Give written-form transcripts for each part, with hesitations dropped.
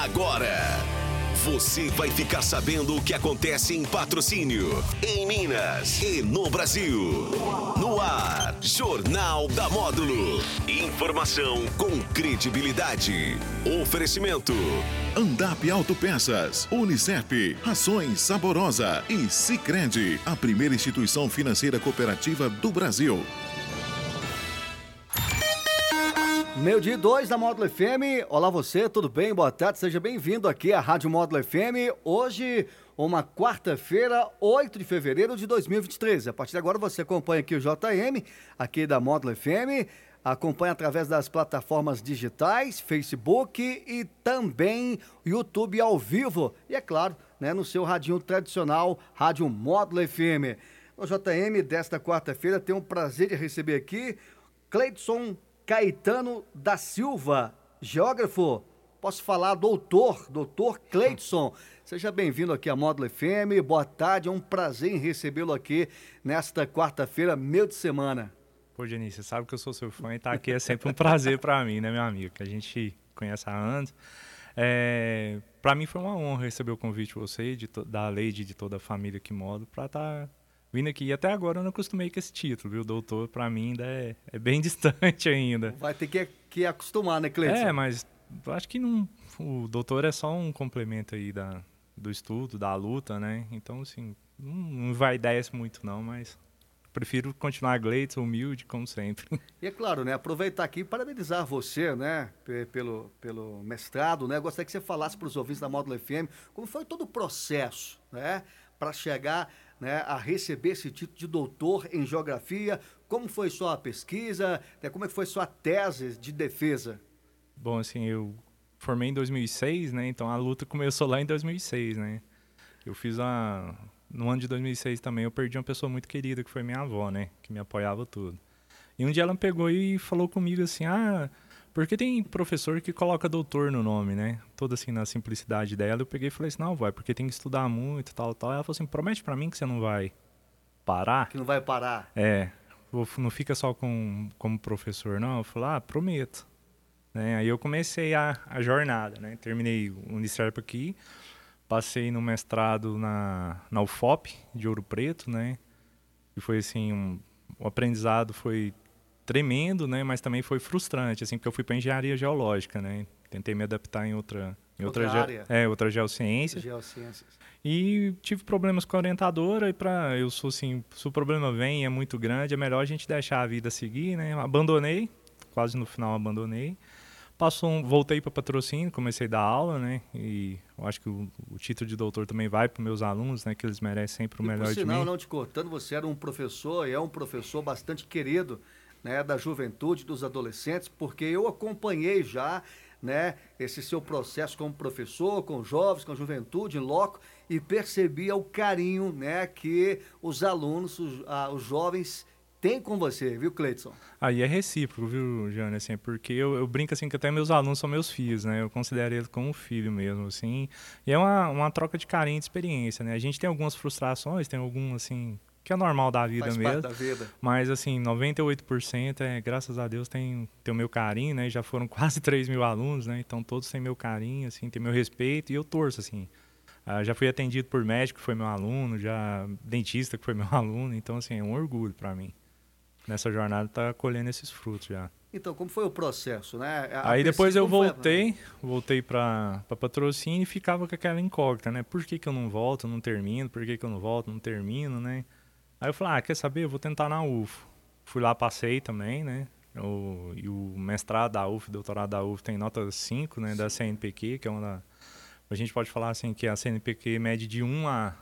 Agora, você vai ficar sabendo o que acontece em Patrocínio, em Minas e no Brasil. No ar, Jornal da Módulo. Informação com credibilidade. Oferecimento. Andap Autopeças, Unicep, Rações Saborosa e Sicredi, a primeira instituição financeira cooperativa do Brasil. Meio-dia 2 da Módulo FM. Olá você, tudo bem? Boa tarde, seja bem-vindo aqui à Rádio Módulo FM. Hoje, uma quarta-feira, 8 de fevereiro de 2023. A partir de agora você acompanha aqui o JM, aqui da Módulo FM. Acompanha através das plataformas digitais, Facebook e também YouTube ao vivo. E é claro, né, no seu radinho tradicional, Rádio Módulo FM. No JM desta quarta-feira, tenho o prazer de receber aqui Cleidson Caetano da Silva, geógrafo, posso falar doutor Cleidson. Seja bem-vindo aqui à Módulo FM, boa tarde, é um prazer em recebê-lo aqui nesta quarta-feira, meio de semana. Pô, Geni, você sabe que eu sou seu fã e estar aqui é sempre um prazer para mim, né, meu amigo, que a gente conhece há anos. Para mim foi uma honra receber o convite de você, da Leide, de toda a família que modo, para estar vindo aqui. E até agora eu não acostumei com esse título, viu? Doutor, pra mim, ainda é bem distante ainda. Vai ter que acostumar, né, Cleidson? Mas acho que não, o doutor é só um complemento aí do estudo, da luta, né? Então, assim, não vai dar isso muito não, mas prefiro continuar Cleidson, humilde, como sempre. E é claro, né, aproveitar aqui e parabenizar você, né, pelo mestrado, né? Gostaria que você falasse para os ouvintes da Módulo FM como foi todo o processo, né, para chegar, né, a receber esse título de doutor em geografia. Como foi sua pesquisa, né, como é que foi sua tese de defesa? Bom, assim, eu formei em 2006, né, então a luta começou lá em 2006, né. Eu fiz no ano de 2006 também, eu perdi uma pessoa muito querida, que foi minha avó, né, que me apoiava tudo. E um dia ela me pegou e falou comigo assim, porque tem professor que coloca doutor no nome, né? Toda assim, na simplicidade dela. Eu peguei e falei assim, não, vai, porque tem que estudar muito, tal. Ela falou assim, promete pra mim que você não vai parar? Que não vai parar. Não fica só como professor, não. Eu falei, prometo. Né? Aí eu comecei a jornada, né? Terminei o Unicep aqui, passei no mestrado na UFOP, de Ouro Preto, né? E foi assim, o aprendizado foi tremendo, né, mas também foi frustrante, assim, porque eu fui para engenharia geológica, né, tentei me adaptar em outra área. Outra geociência. Geociências. E tive problemas com a orientadora e eu sou assim, se o problema vem e é muito grande, é melhor a gente deixar a vida seguir, né, abandonei, quase no final abandonei, voltei para Patrocínio, comecei a dar aula, né, e eu acho que o título de doutor também vai para os meus alunos, né, que eles merecem sempre o melhor de mim. Por sinal, não te cortando, você era um professor e é um professor bastante querido, né, da juventude, dos adolescentes, porque eu acompanhei já, né, esse seu processo como professor, com jovens, com juventude, em loco, e percebia o carinho, né, que os alunos, os jovens têm com você, viu, Cleidson? Aí é recíproco, viu, Jânio, assim, porque eu brinco assim que até meus alunos são meus filhos, né, eu considero eles como um filho mesmo, assim, e é uma troca de carinho e de experiência, né, a gente tem algumas frustrações, tem algumas, assim, que é normal da vida Faz mesmo. Parte da vida. Mas, assim, 98% graças a Deus, tem o meu carinho, né? Já foram quase 3 mil alunos, né? Então, todos têm meu carinho, assim, têm meu respeito e eu torço, assim. Já fui atendido por médico que foi meu aluno, já dentista que foi meu aluno. Então, assim, é um orgulho para mim. Nessa jornada, tá colhendo esses frutos já. Então, como foi o processo, né? Aí depois eu voltei para Patrocínio e ficava com aquela incógnita, né? Por que eu não volto, não termino? Por que eu não volto, não termino, né? Aí eu falei, quer saber? Eu vou tentar na UFO. Fui lá, passei também, né? E o mestrado da UFO, doutorado da UFO tem nota 5, né? Da CNPq, que é a gente pode falar assim que a CNPq mede de 1 a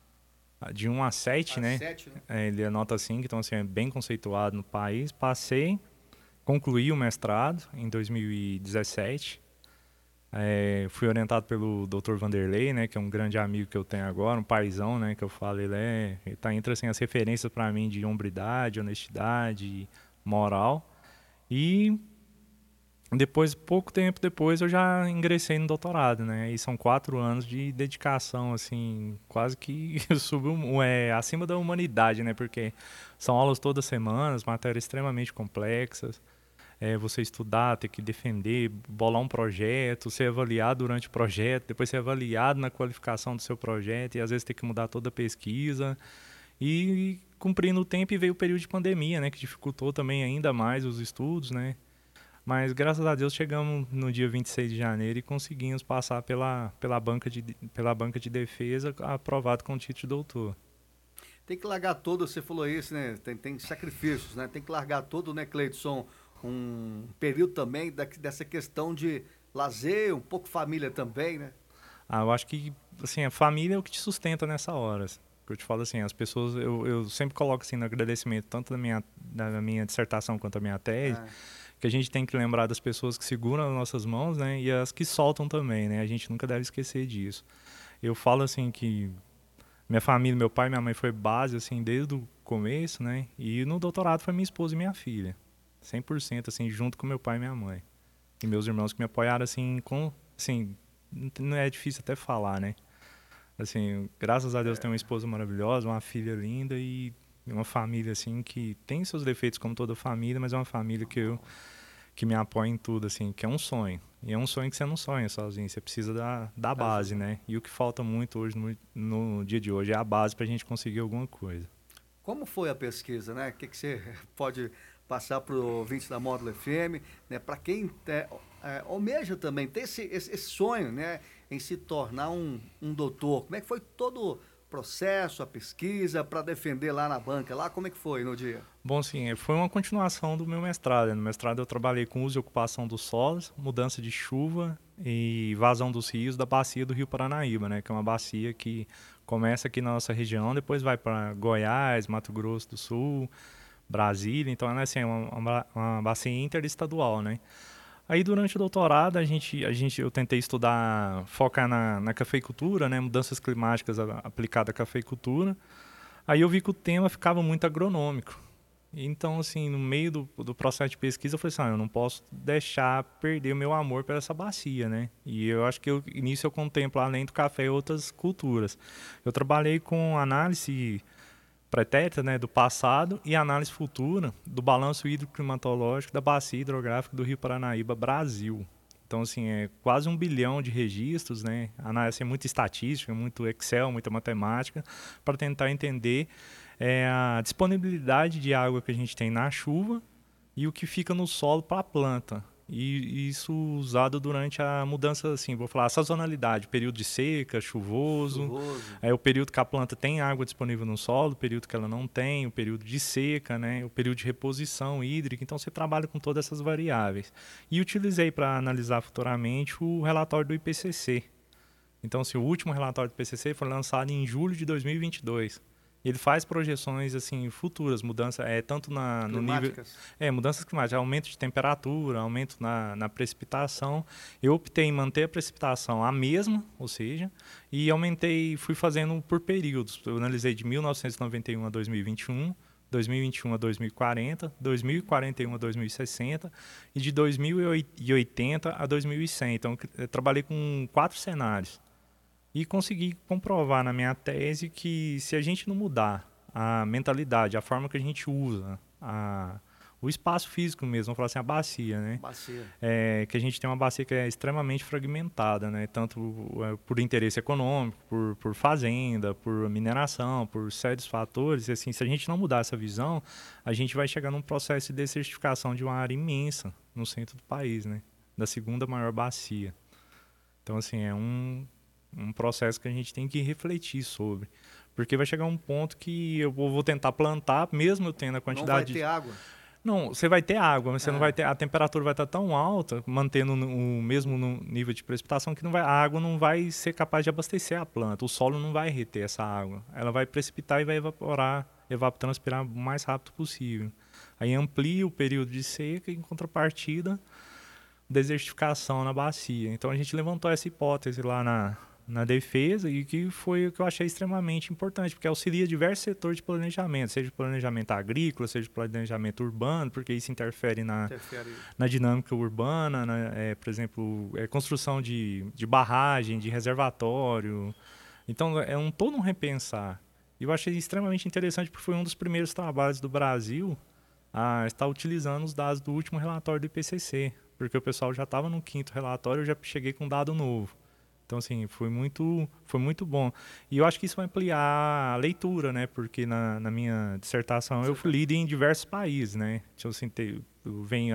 7, né? 7, né? Ele é nota 5, então assim, é bem conceituado no país. Passei, concluí o mestrado em 2017. Fui orientado pelo Dr. Vanderlei, né, que é um grande amigo que eu tenho agora, um paizão, né, que eu falo, ele tá entre assim, as referências para mim de hombridade, honestidade, moral. E depois, pouco tempo depois, eu já ingressei no doutorado, né, e são 4 anos de dedicação, assim, quase que acima da humanidade, né, porque são aulas todas as semanas, matérias extremamente complexas. você estudar, ter que defender, bolar um projeto, ser avaliado durante o projeto, depois ser avaliado na qualificação do seu projeto e às vezes ter que mudar toda a pesquisa. E cumprindo o tempo, e veio o período de pandemia, né, que dificultou também ainda mais os estudos, né? Mas graças a Deus chegamos no dia 26 de janeiro e conseguimos passar pela banca de defesa, aprovado com o título de doutor. Tem que largar todo, você falou isso, né? Tem sacrifícios, né? Tem que largar todo, né, Cleidson? Um período também dessa questão de lazer, um pouco família também, né? Eu acho que, assim, a família é o que te sustenta nessa hora. Eu te falo assim, as pessoas, eu sempre coloco assim no agradecimento, tanto da minha dissertação quanto da minha tese, que a gente tem que lembrar das pessoas que seguram as nossas mãos, né? E as que soltam também, né? A gente nunca deve esquecer disso. Eu falo assim que minha família, meu pai e minha mãe foi base, assim, desde o começo, né? E no doutorado foi minha esposa e minha filha. 100%, assim, junto com meu pai e minha mãe. E meus irmãos que me apoiaram, assim, assim, não é difícil até falar, né? Assim, graças a Deus tenho uma esposa maravilhosa, uma filha linda e uma família, assim, que tem seus defeitos como toda família, mas é uma família que me apoia em tudo, assim, que é um sonho. E é um sonho que você não sonha sozinho, você precisa da base, né? E o que falta muito hoje, no dia de hoje, é a base para a gente conseguir alguma coisa. Como foi a pesquisa, né? O que você pode passar para o ouvinte da Módulo FM, né? Para quem almeja também, ter esse sonho, né? Em se tornar um doutor. Como é que foi todo o processo, a pesquisa, para defender lá na banca? Lá, como é que foi no dia? Bom, sim, foi uma continuação do meu mestrado. No mestrado eu trabalhei com uso e ocupação dos solos, mudança de chuva e vazão dos rios da bacia do Rio Paranaíba, né? Que é uma bacia que começa aqui na nossa região, depois vai para Goiás, Mato Grosso do Sul, Brasília. Então, ela é assim, uma bacia interestadual, né? Aí, durante o doutorado, eu tentei focar na cafeicultura, né? Mudanças climáticas aplicadas à cafeicultura. Aí eu vi que o tema ficava muito agronômico. Então, assim, no meio do processo de pesquisa, eu falei assim, eu não posso deixar perder o meu amor por essa bacia, né? E eu acho que nisso eu contemplo, além do café, outras culturas. Eu trabalhei com análise pretérita, né, do passado e análise futura do balanço hidroclimatológico da bacia hidrográfica do Rio Paranaíba, Brasil. Então, assim, é quase 1 bilhão de registros, né? Análise é muita estatística, muito Excel, muita matemática, para tentar entender a disponibilidade de água que a gente tem na chuva e o que fica no solo para a planta. E isso usado durante a mudança, assim, vou falar, a sazonalidade, período de seca, chuvoso. É o período que a planta tem água disponível no solo, o período que ela não tem, o período de seca, né, o período de reposição hídrica. Então, você trabalha com todas essas variáveis. E utilizei para analisar futuramente o relatório do IPCC. Então, assim, o último relatório do IPCC foi lançado em julho de 2022. Ele faz projeções assim futuras, mudanças tanto no nível mudanças climáticas, aumento de temperatura, aumento na precipitação. Eu optei em manter a precipitação a mesma, ou seja, e fui fazendo por períodos. Eu analisei de 1991 a 2021, 2021 a 2040, 2041 a 2060 e de 2080 a 2100. Então, eu trabalhei com 4 cenários. E consegui comprovar na minha tese que se a gente não mudar a mentalidade, a forma que a gente usa, o espaço físico mesmo, vamos falar assim, a bacia, né? Bacia. Que a gente tem uma bacia que é extremamente fragmentada, né? Tanto por interesse econômico, por fazenda, por mineração, por sérios fatores. E, assim, se a gente não mudar essa visão, a gente vai chegar num processo de desertificação de uma área imensa no centro do país, né? Da segunda maior bacia. Então, assim, é um processo que a gente tem que refletir sobre. Porque vai chegar um ponto que eu vou tentar plantar, mesmo eu tendo a quantidade... Não vai ter água? Não, você vai ter água, mas você não vai ter... A temperatura vai estar tão alta, mantendo o mesmo nível de precipitação, que a água não vai ser capaz de abastecer a planta. O solo não vai reter essa água. Ela vai precipitar e vai evapotranspirar o mais rápido possível. Aí amplia o período de seca e, em contrapartida, desertificação na bacia. Então, a gente levantou essa hipótese lá na defesa e que foi o que eu achei extremamente importante, porque auxilia diversos setores de planejamento, seja planejamento agrícola, seja planejamento urbano, porque isso interfere na dinâmica urbana, por exemplo, construção de barragem, de reservatório. Então, todo um repensar. E eu achei extremamente interessante porque foi um dos primeiros trabalhos do Brasil a estar utilizando os dados do último relatório do IPCC, porque o pessoal já estava no 5º relatório, eu já cheguei com um dado novo. Então, assim, foi muito bom. E eu acho que isso vai ampliar a leitura, né? Porque na minha dissertação eu fui lido em diversos países, né? Então, assim, vem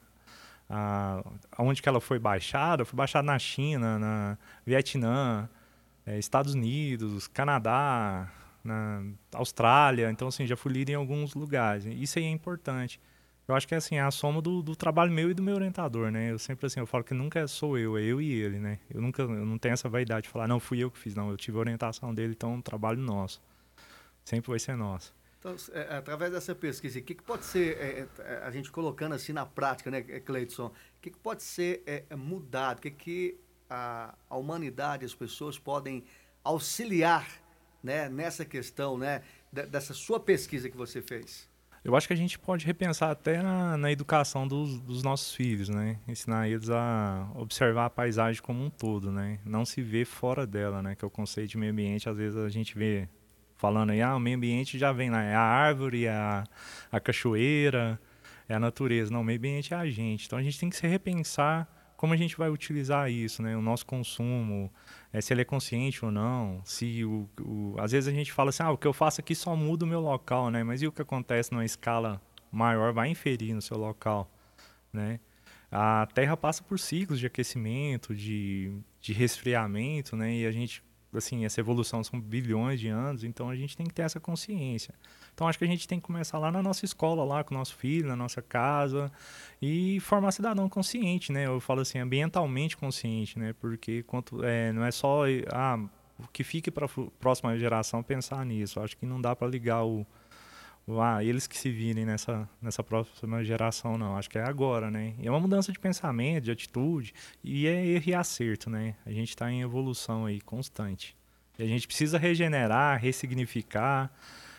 aonde que ela foi baixada na China, na Vietnã, Estados Unidos, Canadá, na Austrália. Então, assim, já fui lido em alguns lugares. Isso aí é importante. Eu acho que assim, é a soma do trabalho meu e do meu orientador, né? Eu sempre assim, eu falo que nunca sou eu, é eu e ele, né? Eu não tenho essa vaidade de falar, não, fui eu que fiz, não. Eu tive a orientação dele, então é um trabalho nosso. Sempre vai ser nosso. Então, através dessa pesquisa, o que pode ser, a gente colocando assim na prática, né, Cleidson, o que pode ser mudado, o que a humanidade, as pessoas podem auxiliar, né, nessa questão, né, dessa sua pesquisa que você fez? Eu acho que a gente pode repensar até na educação dos nossos filhos, né? Ensinar eles a observar a paisagem como um todo, né? Não se ver fora dela, né? Que é o conceito de meio ambiente, às vezes a gente vê falando aí, o meio ambiente já vem lá, é a árvore, é a cachoeira, é a natureza. Não, o meio ambiente é a gente. Então a gente tem que se repensar como a gente vai utilizar isso, né? O nosso consumo, se ele é consciente ou não, se às vezes a gente fala assim, o que eu faço aqui só muda o meu local, né? Mas e o que acontece numa escala maior vai inferir no seu local, né? A Terra passa por ciclos de aquecimento, de resfriamento, né? E a gente, assim, essa evolução são bilhões de anos, então a gente tem que ter essa consciência. Então acho que a gente tem que começar lá na nossa escola, lá com o nosso filho, na nossa casa, e formar cidadão consciente, né? Eu falo assim, ambientalmente consciente, né? Porque não é só que fique para a próxima geração pensar nisso. Acho que não dá para ligar eles que se virem nessa próxima geração, não. Acho que é agora, né? E é uma mudança de pensamento, de atitude, e é erro e acerto, né? A gente está em evolução aí constante. E a gente precisa regenerar, ressignificar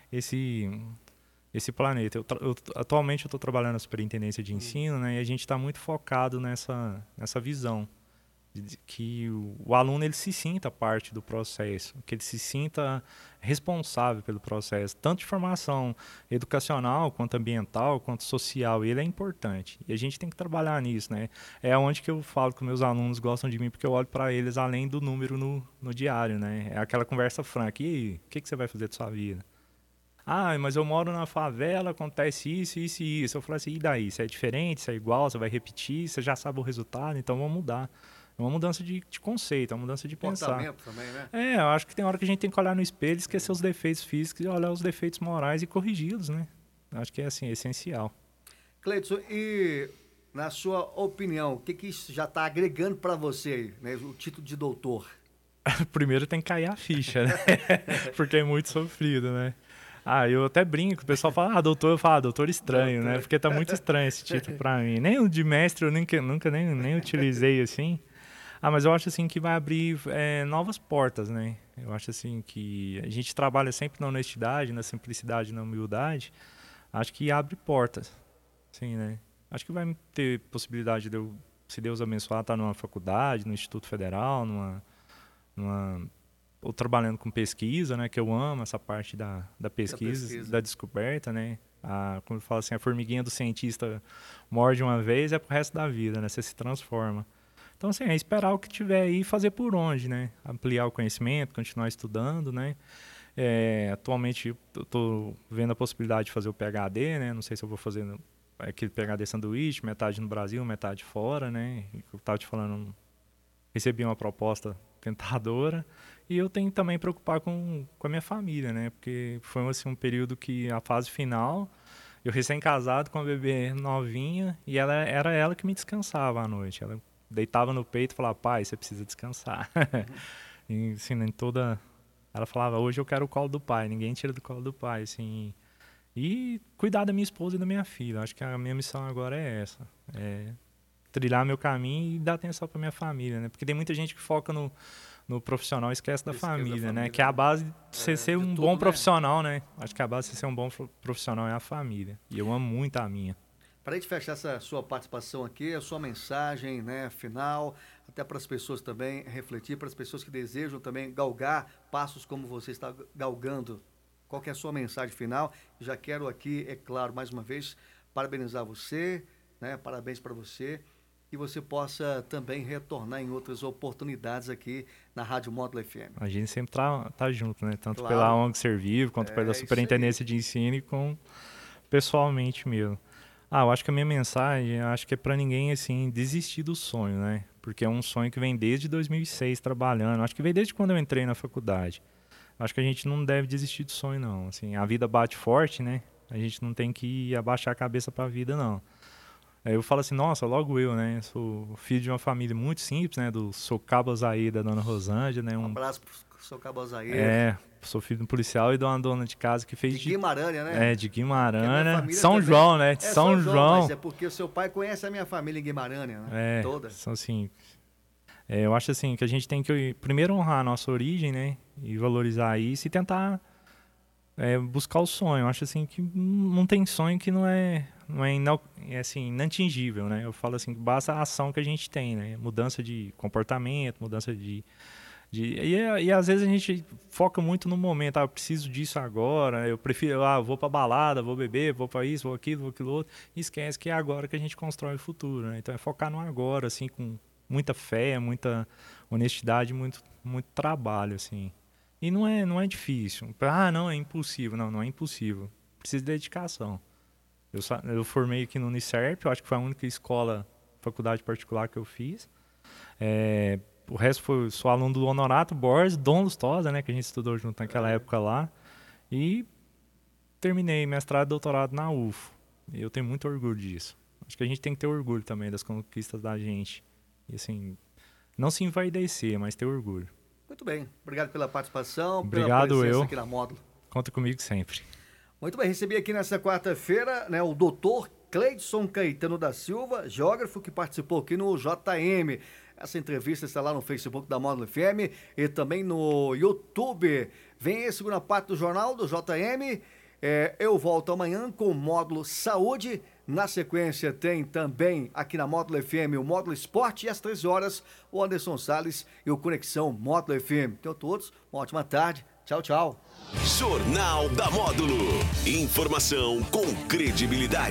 esse planeta. Atualmente eu estou trabalhando na superintendência de ensino, né? E a gente está muito focado nessa visão de que o aluno ele se sinta parte do processo, que ele se sinta responsável pelo processo, tanto de formação educacional, quanto ambiental, quanto social, e ele é importante. E a gente tem que trabalhar nisso, né? É onde que eu falo que meus alunos gostam de mim, porque eu olho para eles além do número no diário, né? É aquela conversa franca. E aí, o que você vai fazer da sua vida? Mas eu moro na favela, acontece isso, isso e isso. Eu falo assim, e daí? Isso é diferente, isso é igual, você vai repetir, você já sabe o resultado, então vamos mudar. É uma mudança de conceito, é uma mudança de pensar. Comportamento também, né? Eu acho que tem hora que a gente tem que olhar no espelho, esquecer os defeitos físicos e olhar os defeitos morais e corrigi-los, né? Acho que é assim, é essencial. Cleidson, e na sua opinião, o que isso já está agregando para você, né, o título de doutor? Primeiro tem que cair a ficha, né? Porque é muito sofrido, né? Eu até brinco, o pessoal fala, doutor, eu falo, doutor estranho, né? Porque tá muito estranho esse título pra mim. Nem o de mestre eu nunca nem utilizei assim. Mas eu acho assim que vai abrir novas portas, né? Eu acho assim que a gente trabalha sempre na honestidade, na simplicidade, na humildade. Acho que abre portas, sim, né? Acho que vai ter possibilidade de eu, se Deus abençoar, estar numa faculdade, no Instituto Federal, ou trabalhando com pesquisa, né? Que eu amo essa parte da pesquisa, da descoberta, né? Como eu falo assim, a formiguinha do cientista morde uma vez, é pro resto da vida, né? Você se transforma. Então, assim, é esperar o que tiver aí e fazer por onde, né? Ampliar o conhecimento, continuar estudando, né? Atualmente, eu estou vendo a possibilidade de fazer o PhD, né? Não sei se eu vou fazer aquele PhD sanduíche, metade no Brasil, metade fora, né? Eu estava te falando, recebi uma proposta tentadora e eu tenho que também me preocupar com a minha família, né? Porque foi assim, um período que a fase final, eu recém-casado com uma bebê novinha e era ela que me descansava à noite. Ela deitava no peito e falava, pai, você precisa descansar. E assim, ela falava, hoje eu quero o colo do pai, ninguém tira do colo do pai, assim. E cuidar da minha esposa e da minha filha. Acho que a minha missão agora é essa. Trilhar meu caminho e dar atenção para minha família, né? Porque tem muita gente que foca no profissional e esquece da família, né? Que é a base de você ser um bom profissional, né? Acho que a base de você ser um bom profissional é a família. E eu amo muito a minha. Para a gente fechar essa sua participação aqui, a sua mensagem, né, final, até para as pessoas também refletir, para as pessoas que desejam também galgar passos como você está galgando. Qual que é a sua mensagem final? Já quero aqui, é claro, mais uma vez, parabenizar você, né? Parabéns para você. Que você possa também retornar em outras oportunidades aqui na Rádio Módulo FM. A gente sempre tá junto, né? Tanto Claro. pela ONG Ser Vivo, quanto pela Superintendência de Ensino e com pessoalmente mesmo. Eu acho que a minha mensagem, acho que é para ninguém, assim, desistir do sonho, né? Porque é um sonho que vem desde 2006 trabalhando. Acho que vem desde quando eu entrei na faculdade. Acho que a gente não deve desistir do sonho, não. Assim, a vida bate forte, né? A gente não tem que abaixar a cabeça para a vida, não. Eu falo assim, nossa, logo eu, né? Sou filho de uma família muito simples, né? Do seu Cabo Azaí, da dona Rosângela, né? Um abraço pro seu Cabo Azaí. Sou filho de um policial e de uma dona de casa que fez... De Guimarães, né? De Guimarães. São também, João, né? De São João. Mas é porque o seu pai conhece a minha família em Guimarães, né? Toda. São assim... eu acho assim que a gente tem que primeiro honrar a nossa origem, né? E valorizar isso e tentar buscar o sonho. Eu acho assim que não tem sonho que não é assim, inatingível, né? Eu falo assim, que basta a ação que a gente tem, né? Mudança de comportamento, mudança e às vezes a gente foca muito no momento, eu preciso disso agora, eu prefiro, vou pra balada, vou beber, vou pra isso, vou aquilo, vou aquilo outro, e esquece que é agora que a gente constrói o futuro, né? Então é focar no agora, assim, com muita fé, muita honestidade, muito trabalho, assim. E não é difícil. Não, é impossível. Não é impossível. Precisa de dedicação. Eu formei aqui no Unicerp, eu acho que foi a única faculdade particular que eu fiz. O resto sou aluno do Honorato Borges, Dom Lustosa, né, que a gente estudou junto naquela época lá. E terminei mestrado e doutorado na UFO. E eu tenho muito orgulho disso. Acho que a gente tem que ter orgulho também das conquistas da gente. E assim, não se envaidecer, mas ter orgulho. Muito bem. Obrigado pela participação, Obrigado, pela presença aqui na Módulo. Conta comigo sempre. Muito bem, recebi aqui nessa quarta-feira, né, o doutor Cleidson Caetano da Silva, geógrafo que participou aqui no JM. Essa entrevista está lá no Facebook da Módulo FM e também no YouTube. Vem a segunda parte do jornal do JM. Eu volto amanhã com o Módulo Saúde. Na sequência tem também aqui na Módulo FM o Módulo Esporte e às 13 horas o Anderson Salles e o Conexão Módulo FM. Então todos, uma ótima tarde. Tchau, tchau. Jornal da Módulo. Informação com credibilidade.